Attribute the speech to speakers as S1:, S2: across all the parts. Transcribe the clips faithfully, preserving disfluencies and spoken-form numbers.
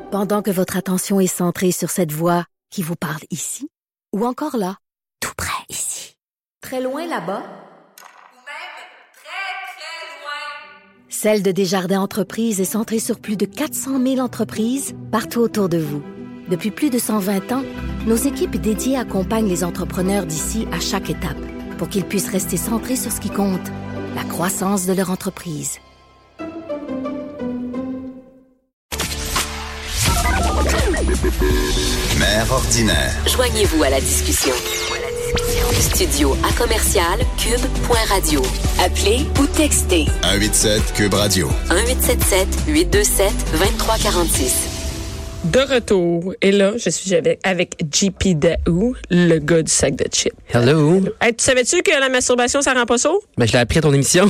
S1: Pendant que votre attention est centrée sur cette voix qui vous parle ici, ou encore là, tout près ici, très loin là-bas, ou même très, très loin, Celle de Desjardins Entreprises est centrée sur plus de quatre cent mille entreprises partout autour de vous. Depuis plus de cent vingt ans, nos équipes dédiées accompagnent les entrepreneurs d'ici à chaque étape pour qu'ils puissent rester centrés sur ce qui compte, la croissance de leur entreprise.
S2: Mère ordinaire.
S3: Joignez-vous à la discussion. Studio à commercial cube point radio. Appelez ou textez.
S2: un huit sept Cube Radio.
S3: un huit sept sept huit deux sept deux trois quatre six.
S4: De retour. Et là, je suis avec, avec J P Daou, le gars du sac de chips.
S5: Hello.
S4: Hey, tu savais-tu que la masturbation, ça rend pas sourd?
S5: Ben, je l'ai appris à ton émission.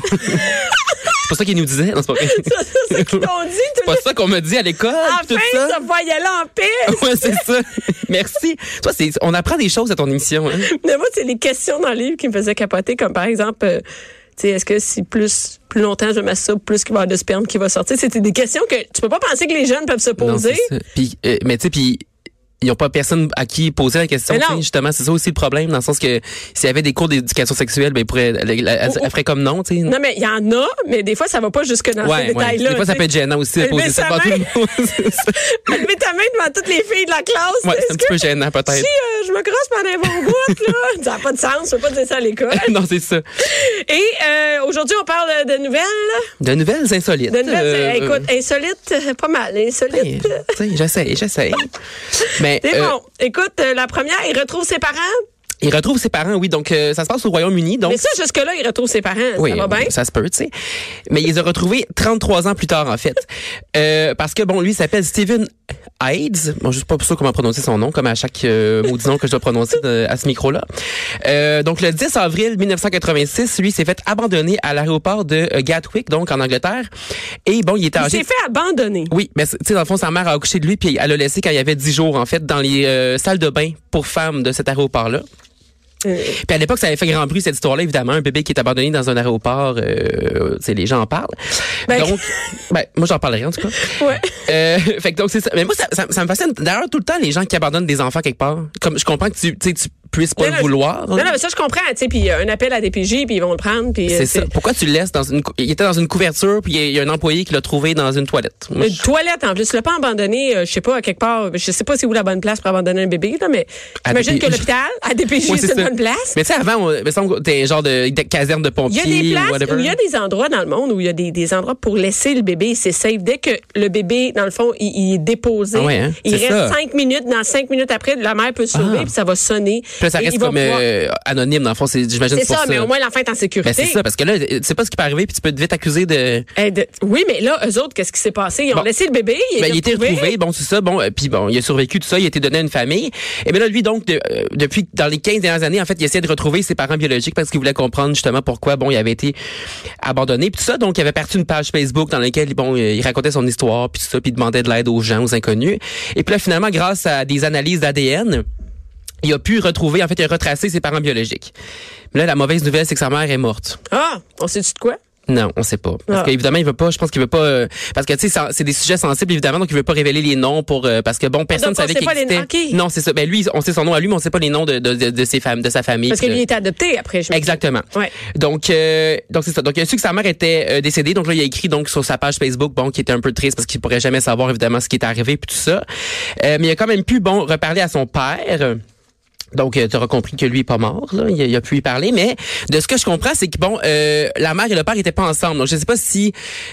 S5: C'est pas ça qu'ils nous disaient. Non, c'est pas vrai.
S4: C'est ça qu'ils t'ont dit.
S5: C'est pas ça qu'on m'a dit à l'école.
S4: Enfin,
S5: tout ça.
S4: ça va y aller en piste.
S5: Ouais, c'est ça. Merci. Toi, c'est, on apprend des choses à ton émission. Hein?
S4: Mais moi, c'est les questions dans le livre qui me faisaient capoter, comme par exemple, euh, tu sais, est-ce que si plus plus longtemps je masturbe, plus qu'il va y avoir de sperme qui va sortir? C'était des questions que tu peux pas penser que les jeunes peuvent se poser.
S5: Non, c'est ça. Puis, euh, mais tu sais, puis ils n'ont pas personne à qui poser la question. Justement, c'est ça aussi le problème, dans le sens que s'il y avait des cours d'éducation sexuelle, ben, ils pourraient, elle, elle, elle, elle ferait comme non, tu sais.
S4: Non, mais il y en a, mais des fois, ça va pas jusque dans
S5: ouais,
S4: ces détails-là.
S5: Ouais. Des fois, ça peut être gênant aussi de poser ça devant tout le monde.
S4: Lever ta main devant toutes les filles de la classe.
S5: Ouais, c'est un petit peu gênant, peut-être.
S4: Si euh, je me crosse pendant un bon bout, là, ça n'a pas de sens, je peux pas dire ça à l'école.
S5: Non, c'est ça.
S4: Et euh, aujourd'hui, on parle de nouvelles.
S5: De nouvelles insolites.
S4: De nouvelles,
S5: euh,
S4: écoute, insolites, pas mal, insolites.
S5: Tu sais, j'essaie, j'essaie. Mais
S4: c'est
S5: euh,
S4: bon. Écoute, euh, la première, il retrouve ses parents.
S5: Il retrouve ses parents, oui. Donc, euh, ça se passe au Royaume-Uni. Donc,
S4: mais ça, jusque-là, il retrouve ses parents.
S5: Oui,
S4: ça va bien?
S5: Ça se peut, tu sais. Mais il les a retrouvés trente-trois ans plus tard, en fait. euh, parce que, bon, lui, il s'appelle Stephen Hydes. Bon, je sais pas sûr comment prononcer son nom, comme à chaque euh, maudit nom que je dois prononcer de, à ce micro-là. Euh, donc, le dix avril mille neuf cent quatre-vingt-six, lui, s'est fait abandonner à l'aéroport de euh, Gatwick, donc en Angleterre. Et bon, il était âgé...
S4: Il s'est fait abandonner?
S5: Oui, mais tu sais, dans le fond, sa mère a accouché de lui, puis elle l'a laissé quand il y avait dix jours, en fait, dans les euh, salles de bain pour femmes de cet aéroport-là. Euh. Puis à l'époque, ça avait fait grand bruit, cette histoire-là, évidemment. Un bébé qui est abandonné dans un aéroport, euh, tu sais, les gens en parlent. Ben, donc, ben, moi, j'en parlerai, en tout cas.
S4: Ouais.
S5: Euh, fait que donc, c'est ça. Mais moi, ça, ça, ça me fascine. D'ailleurs, tout le temps, les gens qui abandonnent des enfants quelque part. Comme, je comprends que tu, tu sais, tu puisses pas
S4: non,
S5: le
S4: non,
S5: vouloir.
S4: Non, non, mais ça, je comprends, tu sais, puis un appel à D P J, puis ils vont le prendre, puis...
S5: C'est ça. Pourquoi tu le laisses dans une... Il était dans une couverture, puis il y a un employé qui l'a trouvé dans une toilette. Moi,
S4: une
S5: je...
S4: toilette, en plus. Tu l'as pas abandonné, euh, je sais pas, à quelque part. Je sais pas c'est où la bonne place pour abandonner un bébé, là, mais j'imagine D P J... que l'hôpital, à D P J, ouais, c'est, c'est une bonne place.
S5: Mais tu sais, avant, on, il me semble que t'es genre de, de caserne de pompiers.
S4: Il y a des places
S5: whatever.
S4: où il y a des endroits dans le monde où il y a des, des endroits pour laisser le bébé. C'est safe. Dès que le bébé, dans le fond, il, il est déposé, ah ouais, hein? il reste ça. cinq minutes. Dans cinq minutes après, la mère peut se sauver, ah. puis ça va sonner.
S5: Puis là, ça reste comme pouvoir... euh, anonyme, dans le fond. C'est, j'imagine,
S4: c'est
S5: c'est
S4: ça,
S5: pour
S4: mais
S5: ça.
S4: au moins l'enfant est en sécurité.
S5: Ben, c'est ça, parce que là, tu sais pas ce qui peut arriver, puis tu peux vite accuser de...
S4: Eh, de... Oui, mais là, eux autres, qu'est-ce qui s'est passé? Ils ont bon. laissé le bébé.
S5: Il, ben, il était retrouvé. Bon, c'est ça. Bon, euh, puis bon, il a survécu, tout ça. Il a été donné à une famille. Et bien là, lui, donc, de, euh, depuis, dans les quinze dernières années, en fait, il essayait de retrouver ses parents biologiques parce qu'il voulait comprendre justement pourquoi, bon, il avait été abandonné, puis tout ça. Donc, il avait parti une page Facebook dans laquelle, bon, il racontait son histoire, puis tout ça, puis il demandait de l'aide aux gens, aux inconnus. Et puis là, finalement, grâce à des analyses d'A D N, il a pu retrouver, en fait, il a retracé ses parents biologiques. Mais là, la mauvaise nouvelle, c'est que sa mère est morte.
S4: Ah, on sait-tu de quoi?
S5: Non, on sait pas. Parce ah. qu'évidemment, il veut pas, je pense qu'il veut pas, euh, parce que, tu sais, c'est des sujets sensibles, évidemment, donc il veut pas révéler les noms pour, euh, parce que bon, personne ne savait qu'il existait.
S4: Okay.
S5: Non, c'est ça. Ben, lui, on sait son nom à lui, mais on sait pas les noms de, de, de, de ses femmes, de sa famille.
S4: Parce que lui, il était adopté après, je me
S5: Exactement.
S4: Ouais.
S5: Donc, euh, donc c'est ça. Donc, il a su que sa mère était euh, décédée. Donc là, il a écrit, donc, sur sa page Facebook, bon, qui était un peu triste parce qu'il pourrait jamais savoir, évidemment, ce qui est arrivé puis tout ça. Euh, mais il a quand même pu, bon, reparler à son père. Donc, tu auras compris que lui est pas mort, là. Il, il a pu y parler, mais de ce que je comprends, c'est que bon, euh, la mère et le père étaient pas ensemble. Donc, je sais pas si,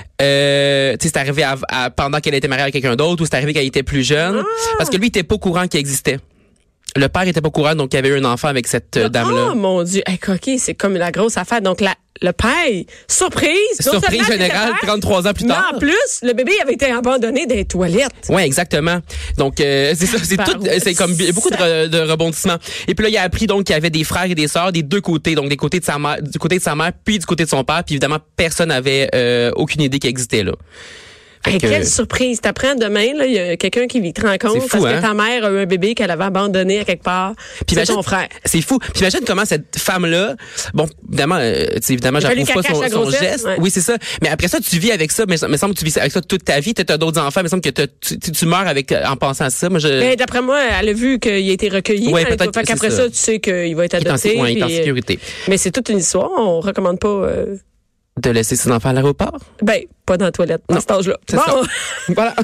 S5: euh, tu sais, c'est arrivé à, à, pendant qu'elle était mariée avec quelqu'un d'autre ou c'est arrivé quand il était plus jeune, ah. parce que lui il était pas au courant qu'il existait. Le père était pas au courant, donc il avait eu un enfant avec cette euh, dame-là.
S4: Oh mon Dieu, hey, coquille, c'est comme la grosse affaire. Donc la, le père, surprise,
S5: surprise générale, trente-trois ans plus tard.
S4: Mais en plus, le bébé avait été abandonné dans les toilettes.
S5: Ouais, exactement. Donc euh, c'est ça, c'est tout, c'est comme beaucoup de, re, de rebondissements. Et puis là, il a appris donc qu'il y avait des frères et des sœurs des deux côtés, donc des côtés de sa mère, du côté de sa mère, puis du côté de son père. Puis évidemment, personne n'avait euh, aucune idée qu'il existait là.
S4: Hey, que... Quelle surprise. T'apprends demain, là, il y a quelqu'un qui te rencontre fou, parce hein? que ta mère a eu un bébé qu'elle avait abandonné à quelque part. Puis c'est ton frère.
S5: C'est fou. Puis imagine comment cette femme-là, bon, évidemment, euh, évidemment, j'approuve pas son, son geste. Ouais. Oui, c'est ça. Mais après ça, tu vis avec ça. Mais il me semble que tu vis avec ça toute ta vie. Tu as d'autres enfants. Il me semble que tu, tu, tu meurs avec, en pensant à ça. Moi, je...
S4: Mais d'après moi, elle a vu qu'il a été recueilli.
S5: Ouais, peut-être
S4: fait qu'après ça. ça, tu sais qu'il va être adopté.
S5: Il est en, ouais, il est en sécurité.
S4: Mais c'est toute une histoire. On recommande pas... Euh...
S5: De laisser ses enfants à l'aéroport?
S4: Ben, pas dans la toilette, dans cet âge-là.
S5: C'est bon. Ça. Voilà.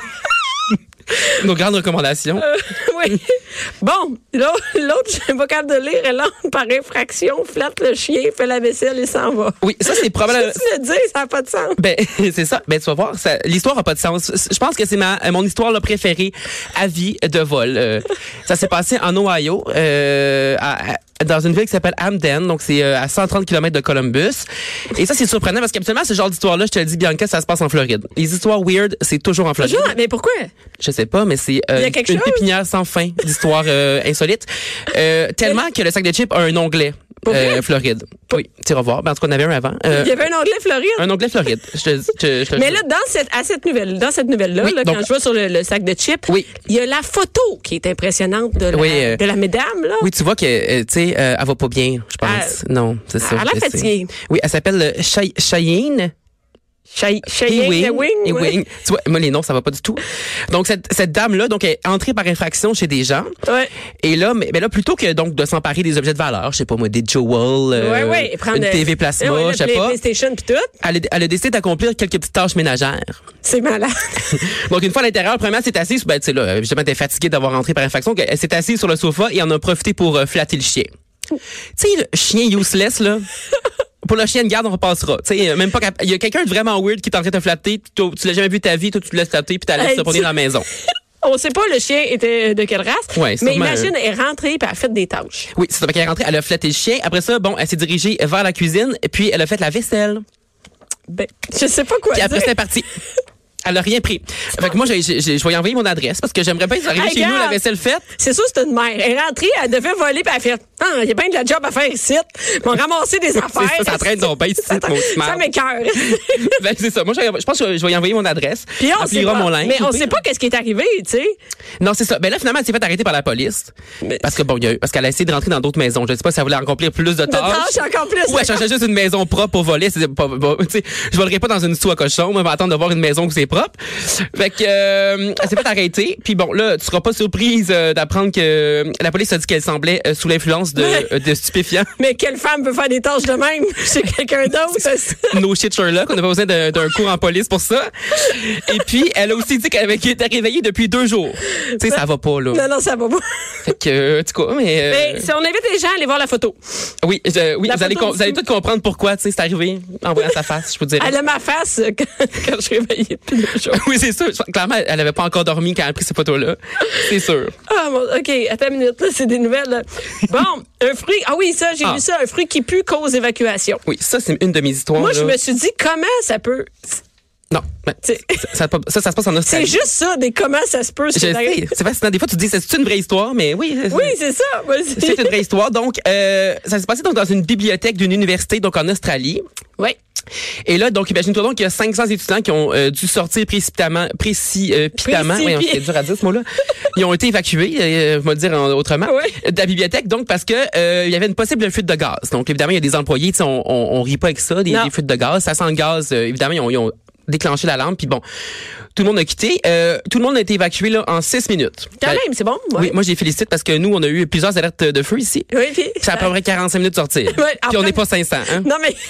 S5: Nos grandes recommandations.
S4: Euh, oui. Bon, l'autre, je suis pas capable de lire. Elle entre par infraction, flatte le chien, fait la vaisselle et s'en va.
S5: Oui, ça, c'est probablement...
S4: Tu le dis, ça n'a pas de sens.
S5: Ben, c'est ça. Ben, tu vas voir, ça, l'histoire n'a pas de sens. Je pense que c'est ma, mon histoire là, préférée à vie de vol. Euh, ça s'est passé en Ohio, euh, à, à, dans une ville qui s'appelle Hamden. Donc, c'est euh, à cent trente kilomètres de Columbus. Et ça, c'est surprenant parce qu'habituellement, ce genre d'histoire-là, je te le dis, Bianca, ça se passe en Floride. Les histoires weird, c'est toujours en Floride.
S4: Toujours? Mais pourquoi?
S5: Je sais pas, mais c'est euh, une chose? pépinière sans fin d'histoires euh, insolites. Euh, tellement que le sac de chips a un onglet. Euh, Floride. Oui, tu vas voir. Ben, en tout cas, on avait un avant.
S4: Euh, Il y avait un onglet Floride.
S5: Un onglet Floride. Je te, je, je te
S4: Mais là, dans cette, à cette nouvelle, dans cette nouvelle-là, oui, là, donc, quand je vois sur le, le sac de chips,
S5: oui.
S4: il y a la photo qui est impressionnante de la,
S5: oui, euh,
S4: de la mesdame, là.
S5: Oui, tu vois que, euh, tu sais, euh, elle va pas bien, je pense. Euh, non, c'est ça.
S4: Elle a fatiguée.
S5: Oui, elle s'appelle Chey- Cheyenne.
S4: Cheyenne Ewing.
S5: Ewing. Tu vois, moi, les noms, ça va pas du tout. Donc, cette, cette dame-là, donc, est entrée par infraction chez des gens.
S4: Ouais.
S5: Et là, mais, mais là, plutôt que, donc, de s'emparer des objets de valeur, je sais pas, moi, des jewels, euh,
S4: ouais, ouais.
S5: une T V plasma,
S4: ouais,
S5: je sais pas.
S4: PlayStation pis tout.
S5: Elle a, elle a décidé d'accomplir quelques petites tâches ménagères.
S4: C'est malade.
S5: Donc, une fois à l'intérieur, premièrement, elle s'est assise, ben, tu sais, là, justement, elle était fatiguée d'avoir entré par infraction. Elle s'est assise sur le sofa et en a profité pour euh, flatter le chien. Tu sais, le chien useless, là. Pour le chien de garde, on repassera. Tu sais, même pas il y a quelqu'un de vraiment weird qui est en train de te flatter, puis tu l'as jamais vu de ta vie, toi tu te laisses flatter puis tu laisses te promener dans la maison.
S4: On sait pas le chien était de quelle race,
S5: ouais,
S4: mais imagine, elle est rentrée puis elle a fait des tâches.
S5: Oui, c'est ça qu'elle est rentrée, elle a flatté le chien. Après ça, bon, elle s'est dirigée vers la cuisine et puis elle a fait la vaisselle.
S4: Ben, je sais pas quoi
S5: puis
S4: dire.
S5: Après c'est parti. Elle a rien pris. Fait que moi, j'ai, j'ai, je vais y envoyer mon adresse parce que j'aimerais bien arriver hey, chez regarde, nous, la vaisselle faite.
S4: C'est sûr, c'est une mère. Elle est rentrée, elle devait voler, puis elle a fait « Ah, il y a bien de la job à faire ici. Ils vont ramasser des affaires. »
S5: C'est ça, ça traîne son pain ici, mon
S4: Ça m'écoeure.
S5: Ben, c'est ça. Moi, je pense que je vais y envoyer mon adresse.
S4: Puis on sait pas,
S5: mon linge.
S4: mais on sait pas qu'est-ce qui est arrivé, tu sais.
S5: Non, c'est ça. Ben là, finalement, elle s'est fait arrêter par la police. Mais... Parce que bon, il y a, parce qu'elle a essayé de rentrer dans d'autres maisons. Je sais pas si elle voulait accomplir plus de tâches.
S4: De tâches encore plus.
S5: Ou elle cherchait juste une maison propre pour voler. C'est pas, bon, tu sais, je volerai pas dans une sous à cochon. Moi, je vais attendre de voir une maison où c'est propre. Fait que, euh, elle s'est fait arrêter. Puis bon, là, tu seras pas surprise euh, d'apprendre que la police a dit qu'elle semblait euh, sous l'influence de, euh, de stupéfiants.
S4: Mais quelle femme peut faire des tâches de même chez quelqu'un d'autre?
S5: No shit Sherlock. On n'a pas besoin d'un, d'un cours en police pour ça. Et puis, elle a aussi dit qu'elle avait été réveillée depuis deux jours. Tu sais, ça va pas, là.
S4: Non, non, ça va pas.
S5: Fait que, tu vois, mais... Euh...
S4: Mais si on invite les gens à aller voir la photo.
S5: Oui, je, oui, vous allez, com- vous allez tout comprendre pourquoi, tu sais, c'est arrivé en voyant sa face, je vous dirais.
S4: Elle a ma face quand, quand je suis réveillée depuis deux jours.
S5: Oui, c'est sûr. Clairement, elle avait pas encore dormi quand elle a pris ces photos-là. C'est sûr.
S4: Ah, bon, OK, attends une minute, là, c'est des nouvelles. Là. Bon, un fruit. Ah oui, ça, j'ai ah. vu ça. Un fruit qui pue cause évacuation.
S5: Oui, ça, c'est une de mes histoires.
S4: Moi,
S5: là.
S4: je me suis dit, comment ça peut.
S5: Non, ça, ça, ça, ça se passe en Australie.
S4: C'est juste ça, des comment ça se peut.
S5: Je sais, c'est fascinant. Des fois, tu te dis, c'est une vraie histoire, mais oui. C'est,
S4: oui, c'est ça. Vas-y.
S5: C'est une vraie histoire. Donc, euh, ça s'est passé donc dans une bibliothèque d'une université, donc en Australie.
S4: Oui.
S5: Et là, donc, imagine-toi donc qu'il y a cinq cents étudiants qui ont euh, dû sortir précipitamment, précipitamment, oui, c'est dur à dire ce mot-là. Ils ont été évacués, euh, je vais le dire en, autrement, oui. de la bibliothèque, donc parce que euh, il y avait une possible fuite de gaz. Donc, évidemment, il y a des employés, tu sais, on, on, on rit pas avec ça, des, des fuites de gaz. Ça sent le gaz, euh, évidemment, ils ont, ils ont déclenché la lampe, puis bon, tout le monde a quitté. Euh, tout le monde a été évacué là en six minutes.
S4: Quand même, c'est bon. Ouais.
S5: Oui, moi, je les félicite parce que nous, on a eu plusieurs alertes de feu ici.
S4: Oui, puis...
S5: Ça a à peu près quarante-cinq minutes de sortir.
S4: Oui,
S5: puis on n'est pas cinq cents, hein?
S4: Non, mais...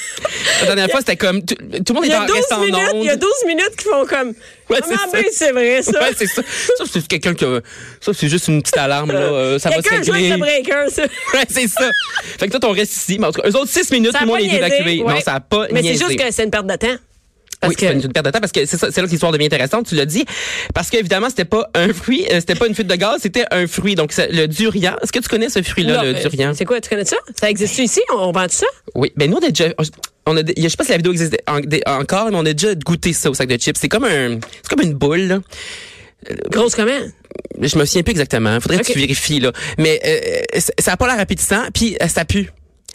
S5: La dernière fois, c'était comme... Tout, tout le monde était en reste en ondes.
S4: Il y a douze minutes qui font comme... Ouais, c'est, ah, ben, c'est vrai, ça.
S5: Ouais, c'est ça. Ça, c'est quelqu'un qui a... Ça, c'est juste une petite alarme, là. Euh, ça
S4: quelqu'un
S5: va se régler.
S4: Quelqu'un joue breaker, ça.
S5: Ouais, c'est ça. Fait que toi, on reste ici. Mais en tout cas, eux autres, six minutes,
S4: ça
S5: tout le monde est évacué.
S4: Ouais.
S5: Non, ça n'a pas
S4: Mais
S5: niaisé.
S4: c'est juste que c'est une perte de temps.
S5: Parce oui,
S4: que...
S5: c'est une perte de temps parce que c'est ça, c'est là que l'histoire devient intéressante, tu l'as dit. Parce qu'évidemment, c'était pas un fruit, euh, c'était pas une fuite de gaz, c'était un fruit. Donc, le durian. Est-ce que tu connais ce fruit-là, non, le euh, durian?
S4: C'est quoi, tu connais ça? Ça existe ici? On, on vend tout ça?
S5: Oui. Ben, nous, on a déjà, on a, je sais pas si la vidéo existe en, encore, mais on a déjà goûté ça au sac de chips. C'est comme un, c'est comme une boule, là.
S4: Grosse comment?
S5: Je me souviens plus exactement. Faudrait okay. que tu vérifies, là. Mais, euh, ça a pas l'air appétissant, puis ça pue.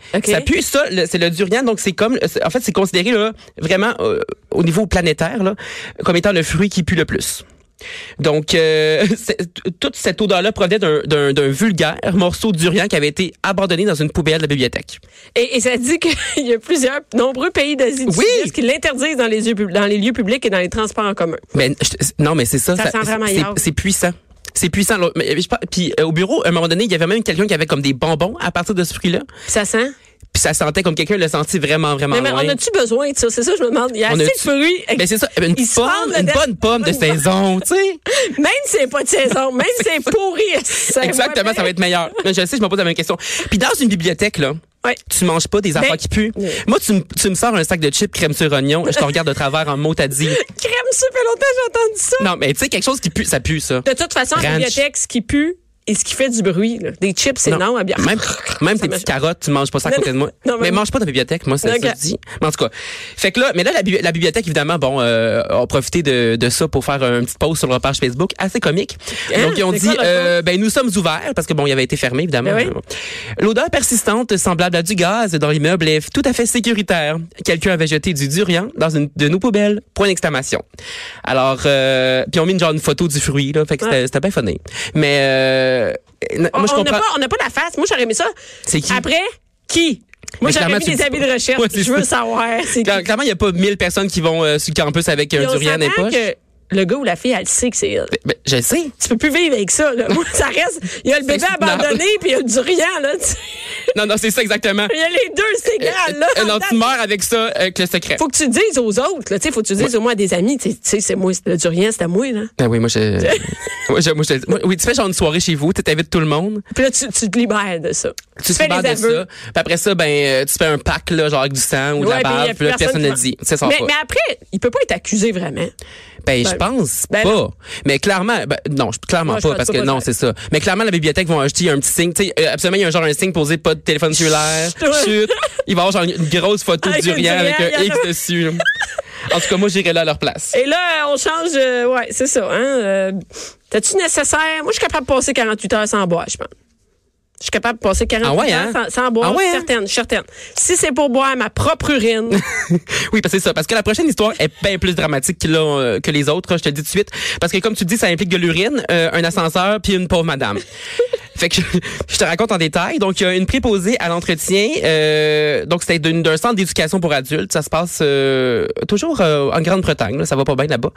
S5: Okay. Ça pue, ça, le, c'est le durian. Donc, c'est comme, c'est, en fait, c'est considéré là, vraiment euh, au niveau planétaire là, comme étant le fruit qui pue le plus. Donc, euh, toute cette odeur-là provenait d'un, d'un, d'un vulgaire morceau de durian qui avait été abandonné dans une poubelle de la bibliothèque.
S4: Et, et ça dit qu'il y a plusieurs, nombreux pays d'Asie du
S5: oui.
S4: Sud-Est qui l'interdisent dans les, dans les lieux publics et dans les transports en commun.
S5: Mais non, mais c'est ça.
S4: Ça, ça sent vraiment
S5: c'est, c'est puissant. C'est puissant. Puis euh, au bureau, à un moment donné, il y avait même quelqu'un qui avait comme des bonbons à partir de ce fruit-là.
S4: Ça sent?
S5: Puis ça sentait comme quelqu'un le sentit vraiment, vraiment
S4: mais, mais
S5: loin.
S4: on a-tu besoin de ça? C'est ça, je me demande. Il y a
S5: on
S4: assez de fruits.
S5: Ben c'est ça. Une, pomme, une bonne pomme de saison, tu sais.
S4: Même si c'est pas de saison, même si c'est pourri. C'est
S5: exactement,
S4: vrai.
S5: Ça va être meilleur. Je sais, je me pose la même question. Puis dans une bibliothèque, là, ouais. Tu manges pas des affaires ben, qui puent. Ouais. Moi, tu, m- tu me sors un sac de chips crème sur oignon, je te regarde de travers en mot t'as dit.
S4: Crème, ça fait longtemps que j'ai entendu ça.
S5: Non, mais tu sais, quelque chose qui pue, ça pue, ça.
S4: De toute façon, en bibliothèque, ce qui pue, et ce qui fait du bruit, là. Des chips, c'est non, non à bien.
S5: Même, même tes petites carottes, tu manges pas ça à côté de moi. Non, mais mange pas dans la bibliothèque, moi, c'est okay. ça que je dis. Mais en tout cas. Fait que là, mais là, la, la bibliothèque, évidemment, bon, euh, a profité de, de ça pour faire une petite pause sur leur page Facebook, assez comique. Hein? Donc, ils ont c'est dit, euh, ben, nous sommes ouverts, parce que bon, il avait été fermé, évidemment. Ben oui. L'odeur persistante, semblable à du gaz dans l'immeuble, est tout à fait sécuritaire. Quelqu'un avait jeté du durian dans une de nos poubelles. Point d'exclamation. Alors, euh, puis on mis une genre une photo du fruit, là. Fait que c'était, ouais. c'était bien funny. Mais, euh, Moi,
S4: on
S5: je comprends.
S4: n'a pas, pas la face. Moi, j'aurais aimé ça.
S5: C'est qui?
S4: Après, qui? Moi, mais j'aurais mis des avis de recherche. Ouais, je veux ça. savoir. C'est
S5: Claire, clairement, il n'y a pas mille personnes qui vont euh, sur le campus avec un durian dans les poches. Que
S4: le gars ou la fille, elle sait que c'est elle.
S5: Ben, ben, je le sais.
S4: Tu peux plus vivre avec ça, là. Moi, ça reste. Il y a le bébé abandonné, puis il y a le durian, là.
S5: Non, non, c'est ça, exactement.
S4: Il y a les deux, c'est égal, là.
S5: Euh, non, tu meurs avec ça, avec le secret.
S4: Faut que tu le dises aux autres, là. Tu sais, faut que tu le dises ouais. au moins à des amis. Tu sais, c'est moi, le durian, c'est à moi, là.
S5: Ben oui, moi, je. moi, je, moi, je moi, oui, tu fais genre une soirée chez vous, tu t'invites tout le monde.
S4: Puis là, tu, tu te libères de ça.
S5: Tu, tu te libères de aveux. ça. Puis après ça, ben, tu fais un pack, là, genre avec du sang ou de ouais, la bave, puis là, personne ne le dit. C'est ça.
S4: Mais, mais après, il peut pas être accusé vraiment.
S5: Ben, ben je pense ben, pas. Non. Mais clairement, ben, non, clairement Moi, pas, parce que pas non, c'est ça. Mais clairement, la bibliothèque vont acheter un petit signe. Tu sais, euh, absolument, il y a un genre un signe posé, pas de téléphone cellulaire. Chut. Il va y avoir genre une grosse photo de durian avec un X dessus. En tout cas, moi, j'irai là à leur place.
S4: Et là, on change. Euh, ouais, c'est ça. Hein, euh, t'as-tu nécessaire? Moi, je suis capable de passer quarante-huit heures sans boire, je pense. Je suis capable de passer quarante-huit ah ouais, heures hein? sans, sans boire, ah ouais, certaine, hein? certaine. Si c'est pour boire ma propre urine.
S5: Oui, parce que c'est ça. Parce que la prochaine histoire est bien plus dramatique que, là, euh, que les autres, je te le dis tout de suite. Parce que comme tu dis, ça implique de l'urine, euh, un ascenseur, puis une pauvre madame. Fait que je, je te raconte en détail. Donc, il y a une préposée à l'entretien. Euh, donc, c'était d'un, d'un centre d'éducation pour adultes. Ça se passe euh, toujours euh, en Grande-Bretagne. Là, ça va pas bien là-bas.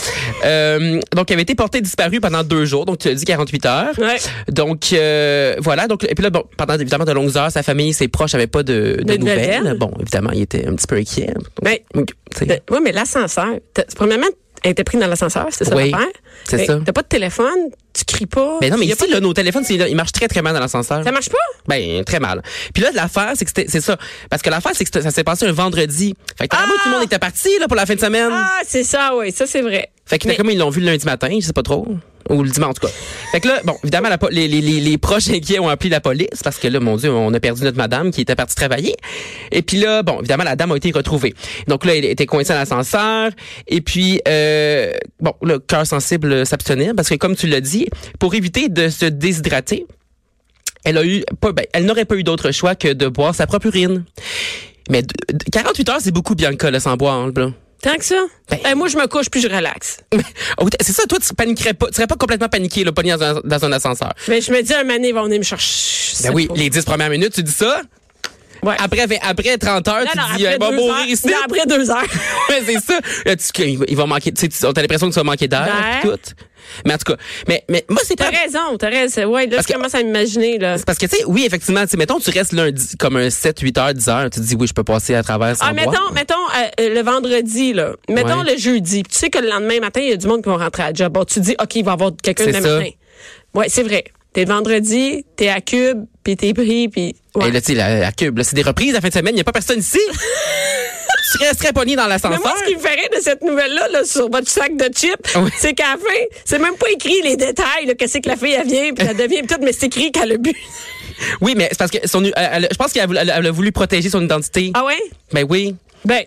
S5: euh, donc, elle avait été portée disparue pendant deux jours. Donc, tu as dit quarante-huit heures.
S4: Ouais.
S5: Donc, euh, voilà. Donc, et puis là, bon, pendant évidemment de longues heures, sa famille, ses proches n'avaient pas de, de, de nouvelles. nouvelles. Bon, évidemment, il était un petit peu inquiet.
S4: Ben, ben, oui, mais l'ascenseur, premièrement, elle était prise dans l'ascenseur, c'est ça
S5: oui,
S4: l'affaire?
S5: c'est
S4: mais
S5: ça.
S4: T'as pas de téléphone, tu cries pas.
S5: Mais non, mais ici,
S4: de...
S5: là, nos téléphones, c'est, là, ils marchent très, très mal dans l'ascenseur.
S4: Ça marche pas?
S5: Ben, très mal. Puis là, l'affaire, c'est que c'était, c'est ça. Parce que l'affaire, c'est que ça s'est passé un vendredi. Fait que ah! tout le monde était parti, là, pour la fin de semaine.
S4: Ah, c'est ça, oui, ça, c'est vrai.
S5: Fait que, mais... comme ils l'ont vu le lundi matin, je sais pas trop. Ou le dimanche, en tout cas. Fait que là, bon, évidemment, la, les, les, les proches inquiets ont appelé la police parce que là, mon Dieu, on a perdu notre madame qui était partie travailler. Et puis là, bon, évidemment, la dame a été retrouvée. Donc là, elle était coincée dans l'ascenseur. Et puis, euh, bon, le cœur sensible s'abstenir parce que, comme tu l'as dit, pour éviter de se déshydrater, elle a eu, pas, ben, elle n'aurait pas eu d'autre choix que de boire sa propre urine. Mais quarante-huit heures, c'est beaucoup, Bianca, là, sans boire, là.
S4: Tant que ça? Ben, euh, moi, je me couche puis je relaxe.
S5: C'est ça, toi, tu paniquerais pas, tu serais pas complètement paniqué, là, pogné dans un, dans un ascenseur.
S4: Mais je me dis, un mané, ils vont venir me chercher.
S5: Ben oui, pas. Les dix premières minutes, tu dis ça? Ouais. Après, après trente heures, non, tu non, dis, il va mourir ici.
S4: Mais après deux heures.
S5: Ouais, c'est ça. Là, tu, il va manquer, tu sais, t'as l'impression que tu vas manquer d'air, ben. tout. Mais en tout cas, mais, mais moi, c'est
S4: t'as
S5: pas...
S4: raison, t'as raison. Ouais, là, je commence à m'imaginer, là.
S5: C'est parce que, tu sais, oui, effectivement, tu sais, mettons, tu restes lundi, comme un sept, huit heures, dix heures, tu te dis, oui, je peux passer à travers sans
S4: Ah, mettons,
S5: boire.
S4: mettons, euh, le vendredi, là. Mettons
S5: ouais.
S4: le jeudi. Tu sais que le lendemain matin, il y a du monde qui va rentrer à la job. Bon, tu te dis, OK, il va y avoir quelqu'un
S5: c'est
S4: demain
S5: ça.
S4: matin. Ouais, c'est vrai. T'es le vendredi, t'es à Cube, puis t'es pris, puis...
S5: Ouais. Et là, tu sais, la, la Cube, là, c'est des reprises la fin de semaine, il n'y a pas personne ici. Tu resterais pogné dans l'ascenseur.
S4: Mais moi, ce qui me ferait de cette nouvelle-là, là, sur votre sac de chips, oui. c'est qu'à la fin, c'est même pas écrit les détails, là, qu'est-ce que la fille, elle vient, puis elle devient, tout, mais c'est écrit qu'elle a bu.
S5: Oui, mais c'est parce que son, elle, elle, je pense qu'elle a, elle a voulu protéger son identité.
S4: Ah ouais?
S5: Ben oui.
S4: Ben...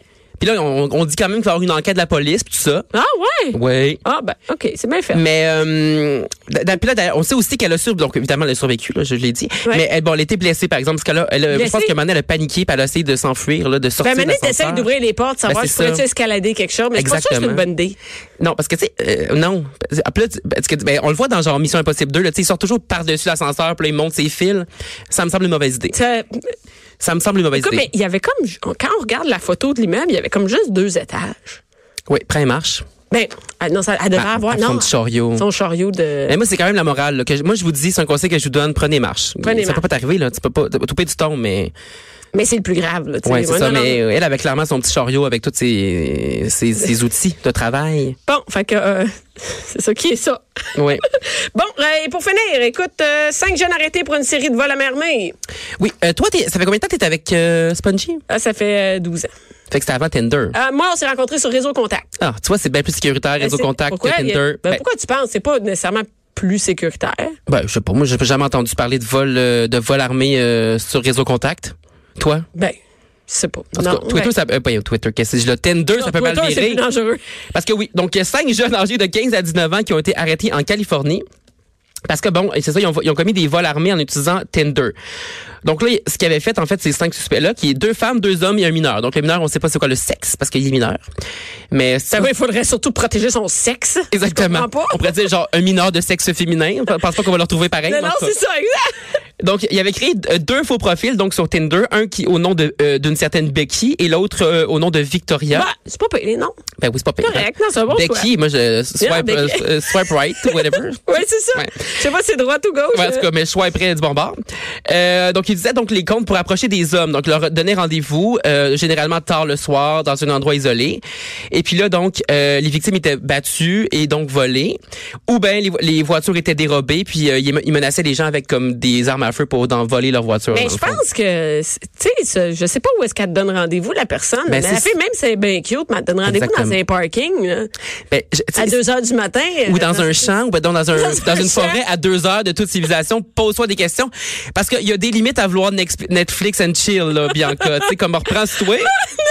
S5: Puis là, on, on dit quand même qu'il va y avoir une enquête de la police, puis tout ça.
S4: Ah ouais?
S5: Oui.
S4: Ah ben, OK, c'est bien fait.
S5: Mais euh, dans, puis là, on sait aussi qu'elle a survécu, donc évidemment, elle a survécu, là, je, je l'ai dit. Ouais. Mais elle, bon, elle a été blessée, par exemple, parce qu'elle a, elle a, je pense que Mané, elle a paniqué, puis elle a essayé de s'enfuir, là, de sortir.
S4: Ben, Mané, t'essayes d'ouvrir les portes, savoir
S5: ben,
S4: si pourrais-tu escalader quelque chose, mais c'est pas sûr que c'est une bonne idée.
S5: Non, parce que tu sais, euh, non, parce que ben, on le voit dans genre Mission Impossible deux, là, tu sais, il sort toujours par-dessus l'ascenseur, puis là, il monte ses fils. Ça me semble une mauvaise idée. Ça, ça me semble une mauvaise
S4: écoute,
S5: idée.
S4: Mais il y avait comme, quand on regarde la photo de l'immeuble, il y avait comme juste deux étages.
S5: Oui, près marche.
S4: Ben, non, ça, elle devrait
S5: ah,
S4: avoir,
S5: non.
S4: Son
S5: petit chariot.
S4: Son chariot de.
S5: Mais moi, c'est quand même la morale, là, que je, moi, je vous dis, c'est un conseil que je vous donne, prenez marche.
S4: Prenez
S5: ça
S4: marche.
S5: peut pas t'arriver, là. Tu peux pas, tout peut du ton, mais.
S4: Mais c'est le plus grave, là.
S5: Oui, c'est
S4: ouais,
S5: ça.
S4: Non,
S5: mais
S4: non.
S5: elle avait clairement son petit chariot avec tous ses, ses, ses outils de travail.
S4: Bon, fait que, euh, c'est ça qui est ça.
S5: Oui.
S4: Bon, euh, et pour finir, écoute, euh, cinq jeunes arrêtés pour une série de vols à main armée.
S5: Oui. Euh, toi, t'es, ça fait combien de temps que t'es avec euh, Spongy?
S4: Ah, ça fait euh, douze ans.
S5: Fait que c'était avant Tinder.
S4: Euh, moi, on s'est rencontrés sur Réseau Contact.
S5: Ah, tu vois, c'est bien plus sécuritaire, Réseau
S4: ben,
S5: Contact
S4: pourquoi?
S5: que Tinder.
S4: A, ben,
S5: ben,
S4: pourquoi tu penses? C'est pas nécessairement plus sécuritaire.
S5: Ben, je sais pas. Moi, j'ai jamais entendu parler de vol, euh, de vol armé euh, sur Réseau Contact. Toi?
S4: Ben, je sais pas.
S5: En
S4: non,
S5: tout cas, Twitter,
S4: ben,
S5: ça, euh, pas Twitter, qu'est-ce que c'est? Le Tinder,
S4: non,
S5: ça peut
S4: Twitter,
S5: mal virer.
S4: c'est plus dangereux.
S5: Parce que oui, donc il y a cinq jeunes âgés de quinze à dix-neuf ans qui ont été arrêtés en Californie. Parce que bon, c'est ça, ils ont, ils ont commis des vols armés en utilisant Tinder. Donc là, ce qu'ils avaient fait, en fait, ces cinq suspects-là, qui est deux femmes, deux hommes et un mineur. Donc le mineur, on sait pas c'est quoi le sexe, parce qu'il est mineur. Mais
S4: ça, oui, il faudrait surtout protéger son sexe.
S5: Exactement. On pourrait dire genre un mineur de sexe féminin. Je pense pas qu'on va le retrouver pareil.
S4: Non, non, c'est ça, exact.
S5: Donc, il avait créé deux faux profils, donc sur Tinder, un qui au nom de euh, d'une certaine Becky et l'autre euh, au nom de Victoria.
S4: Bah, c'est pas payé, non?
S5: Ben oui, c'est pas payé.
S4: Correct, non, c'est un bon
S5: Becky,
S4: choix.
S5: moi je swipe,
S4: yeah,
S5: euh, swipe right, whatever.
S4: Oui, c'est ça. Ouais. Je sais pas si c'est droite ou gauche.
S5: Ouais, en tout cas, mais je swiperais du bon bord. Euh, donc, il disait donc les comptes pour approcher des hommes, donc leur donner rendez-vous, euh, généralement tard le soir, dans un endroit isolé. Et puis là, donc, euh, les victimes étaient battues et donc volées, ou ben les, les voitures étaient dérobées, puis euh, ils menaçaient les gens avec comme des armes à feu pour d'en voler leur voiture.
S4: Mais je pense que, tu sais, je sais pas où est-ce qu'elle te donne rendez-vous, la personne. Ben, mais la fille, même si elle est bien cute, mais elle te donne rendez-vous dans un parking, là, ben, je, à deux heures du matin.
S5: Ou dans euh, un champ, ou ben, dans, dans, un, dans, dans une champ. forêt à deux heures de toute civilisation. Pose-toi des questions. Parce qu'il y a des limites à vouloir Netflix and chill, là, Bianca. Tu sais, comme on reprend ce toi.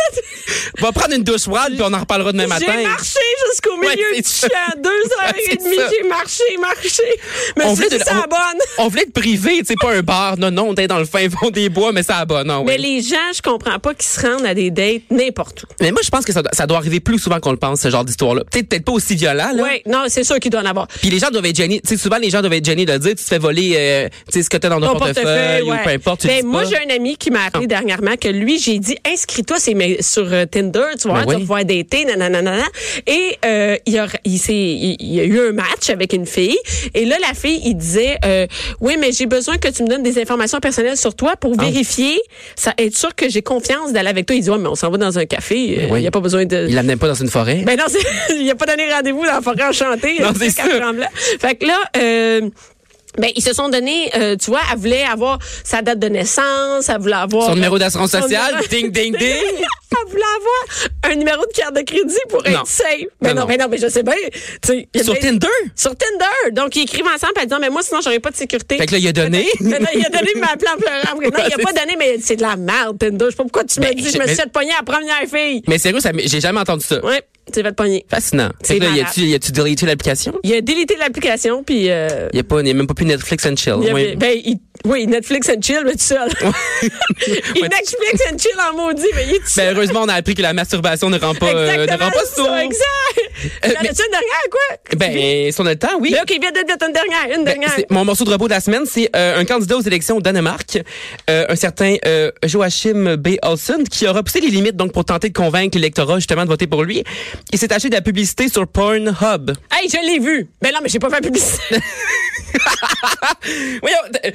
S5: Va prendre une douche froide, puis on en reparlera demain matin.
S4: J'ai marché jusqu'au milieu ouais, du champ. Deux heures et demie, j'ai marché, marché. Mais on c'est ça bonne.
S5: On voulait être privé, tu sais, pas un bar. Non, non, on était dans le fin fond des bois, mais ça a bonne. Non,
S4: mais
S5: ouais.
S4: les gens, je comprends pas qu'ils se rendent à des dates n'importe où.
S5: Mais moi, je pense que ça, ça doit arriver plus souvent qu'on le pense, ce genre d'histoire-là. Peut-être, peut-être pas aussi violent, là.
S4: Oui, non, c'est sûr qu'il doit en avoir.
S5: Puis les gens doivent être gênés. Tu sais, souvent, les gens doivent être gênés de dire, tu te fais voler, euh, tu sais, ce que t'as dans ton portefeuille, portefeuille ouais. ou peu importe. Tu
S4: ben,
S5: dis
S4: moi,
S5: pas.
S4: j'ai un ami qui m'a appelé oh. dernièrement que lui, j'ai dit, inscris-toi sur euh, Tinder, tu vois, ben oui. tu vas pouvoir dater, nanana. Et, euh, il, a, il, s'est, il, il a eu un match avec une fille. Et là, la fille, il disait, euh, oui, mais j'ai besoin que tu me donnes des informations personnelles sur toi pour oh. vérifier, ça, être sûr que j'ai confiance d'aller avec toi. Il dit, ouais, mais on s'en va dans un café. Ben euh, oui. Il n'y a pas besoin de.
S5: Il l'amenait pas dans une forêt.
S4: Ben non, il n'y a pas donné rendez-vous dans la forêt enchantée.
S5: Non, c'est ça.
S4: Fait que là, euh, ben ils se sont donné, euh, tu vois, elle voulait avoir sa date de naissance, elle voulait avoir
S5: son numéro d'assurance sociale, ding ding ding.
S4: Elle voulait avoir un numéro de carte de crédit pour être
S5: non.
S4: safe. Mais non, non, mais non, mais je sais bien. Tu sais,
S5: sur Tinder.
S4: Sur Tinder. Donc ils écrivent ensemble, en disant, mais moi sinon j'aurais pas de sécurité.
S5: Fait que là il a donné.
S4: Mais non, il a donné ma plan pleurant. Non, il a pas donné, mais c'est de la merde Tinder. Je sais pas pourquoi tu me dis, je me suis fait pogner à la première fille.
S5: Mais sérieux, ça, j'ai jamais entendu ça.
S4: Ouais. Tu vas te pogner.
S5: Fascinant. C'est là, y a-tu, y a-tu délité l'application?
S4: Il a délité l'application, puis. Euh,
S5: il y a pas, il y a même pas plus Netflix and chill.
S4: Il
S5: oui.
S4: Ben, il, oui, Netflix and chill, mais tout seul. il Netflix and chill en maudit, mais il est tout seul.
S5: Ben, heureusement, on a appris que la masturbation ne rend pas, euh, ne rend pas sourd.
S4: Exact. Euh, T'en as-tu une dernière, quoi?
S5: Ben, si on a le temps, oui.
S4: Mais OK, viens de mettre une dernière, une dernière.
S5: Ben, mon morceau de repos de la semaine, c'est euh, un candidat aux élections au Danemark, euh, un certain euh, Joachim B. Olsen, qui a repoussé les limites donc pour tenter de convaincre l'électorat justement de voter pour lui. Il s'est acheté de la publicité sur Pornhub.
S4: Hey, je l'ai vu. Ben non, mais j'ai pas fait la publicité.
S5: Voyons,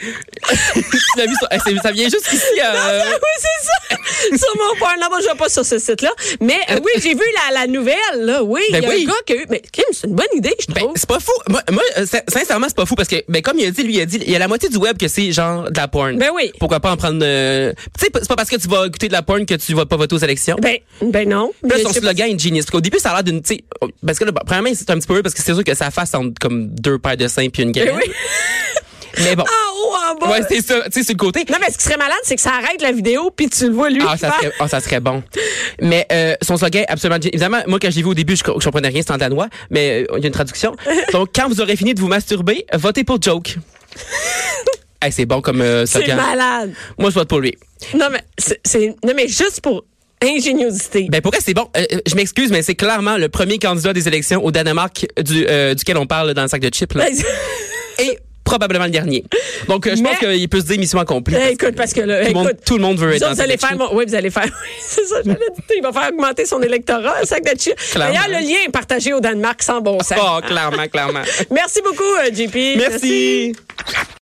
S5: tu l'as vu sur, ça vient juste ici. Euh...
S4: Non, ça, oui, c'est ça. Sur mon Pornhub, moi je vais pas sur ce site-là. Mais euh, oui, j'ai vu la, la nouvelle, là. Oui, il ben y a oui. un gars qui a eu. Mais Kim, c'est une bonne idée, je trouve.
S5: Ben, c'est pas fou. Moi, moi sincèrement, c'est pas fou parce que, ben, comme il a dit, lui, il a dit, il y a la moitié du web que c'est genre de la porn.
S4: Ben oui.
S5: Pourquoi pas en prendre. Euh... Tu sais, c'est pas parce que tu vas écouter de la porn que tu vas pas voter aux élections.
S4: Ben, ben non.
S5: Là, son slogan est genius. Parce qu'au début, ça a l'air d'une. Tu sais, parce que là, premièrement, c'est un petit peu parce que c'est sûr que ça fasse entre comme deux paires de seins puis une graine.
S4: Ben oui.
S5: Mais bon.
S4: En haut, en bas.
S5: Ouais, c'est ça. Tu sais, c'est le côté.
S4: Non, mais ce qui serait malade, c'est que ça arrête la vidéo puis tu le vois lui.
S5: Ah, ça serait, oh, ça serait bon. Mais euh, son slogan, absolument. Évidemment, moi, quand je l'ai vu au début, je, je comprenais rien, c'est en danois, mais il euh, y a une traduction. Donc, quand vous aurez fini de vous masturber, votez pour Joke. Hey, c'est bon comme euh, slogan.
S4: C'est malade.
S5: Moi, je vote pour lui.
S4: Non, mais c'est, c'est non, mais juste pour ingéniosité.
S5: Ben pourquoi c'est bon? Euh, je m'excuse, mais c'est clairement le premier candidat des élections au Danemark du, euh, duquel on parle dans le sac de chips. Là. Et probablement le dernier. Donc, euh, je mais, pense qu'il peut se dire mission accomplie.
S4: Eh, écoute, parce que là,
S5: tout,
S4: écoute,
S5: le monde, tout le monde veut être dans
S4: vous allez faire, mon, oui, vous allez faire, oui, c'est ça, j'allais dire, il va faire augmenter son électorat, le sac de chips. D'ailleurs, le lien est partagé au Danemark sans bon sens.
S5: Oh, clairement, clairement.
S4: Merci beaucoup, J P.
S5: Merci. Merci.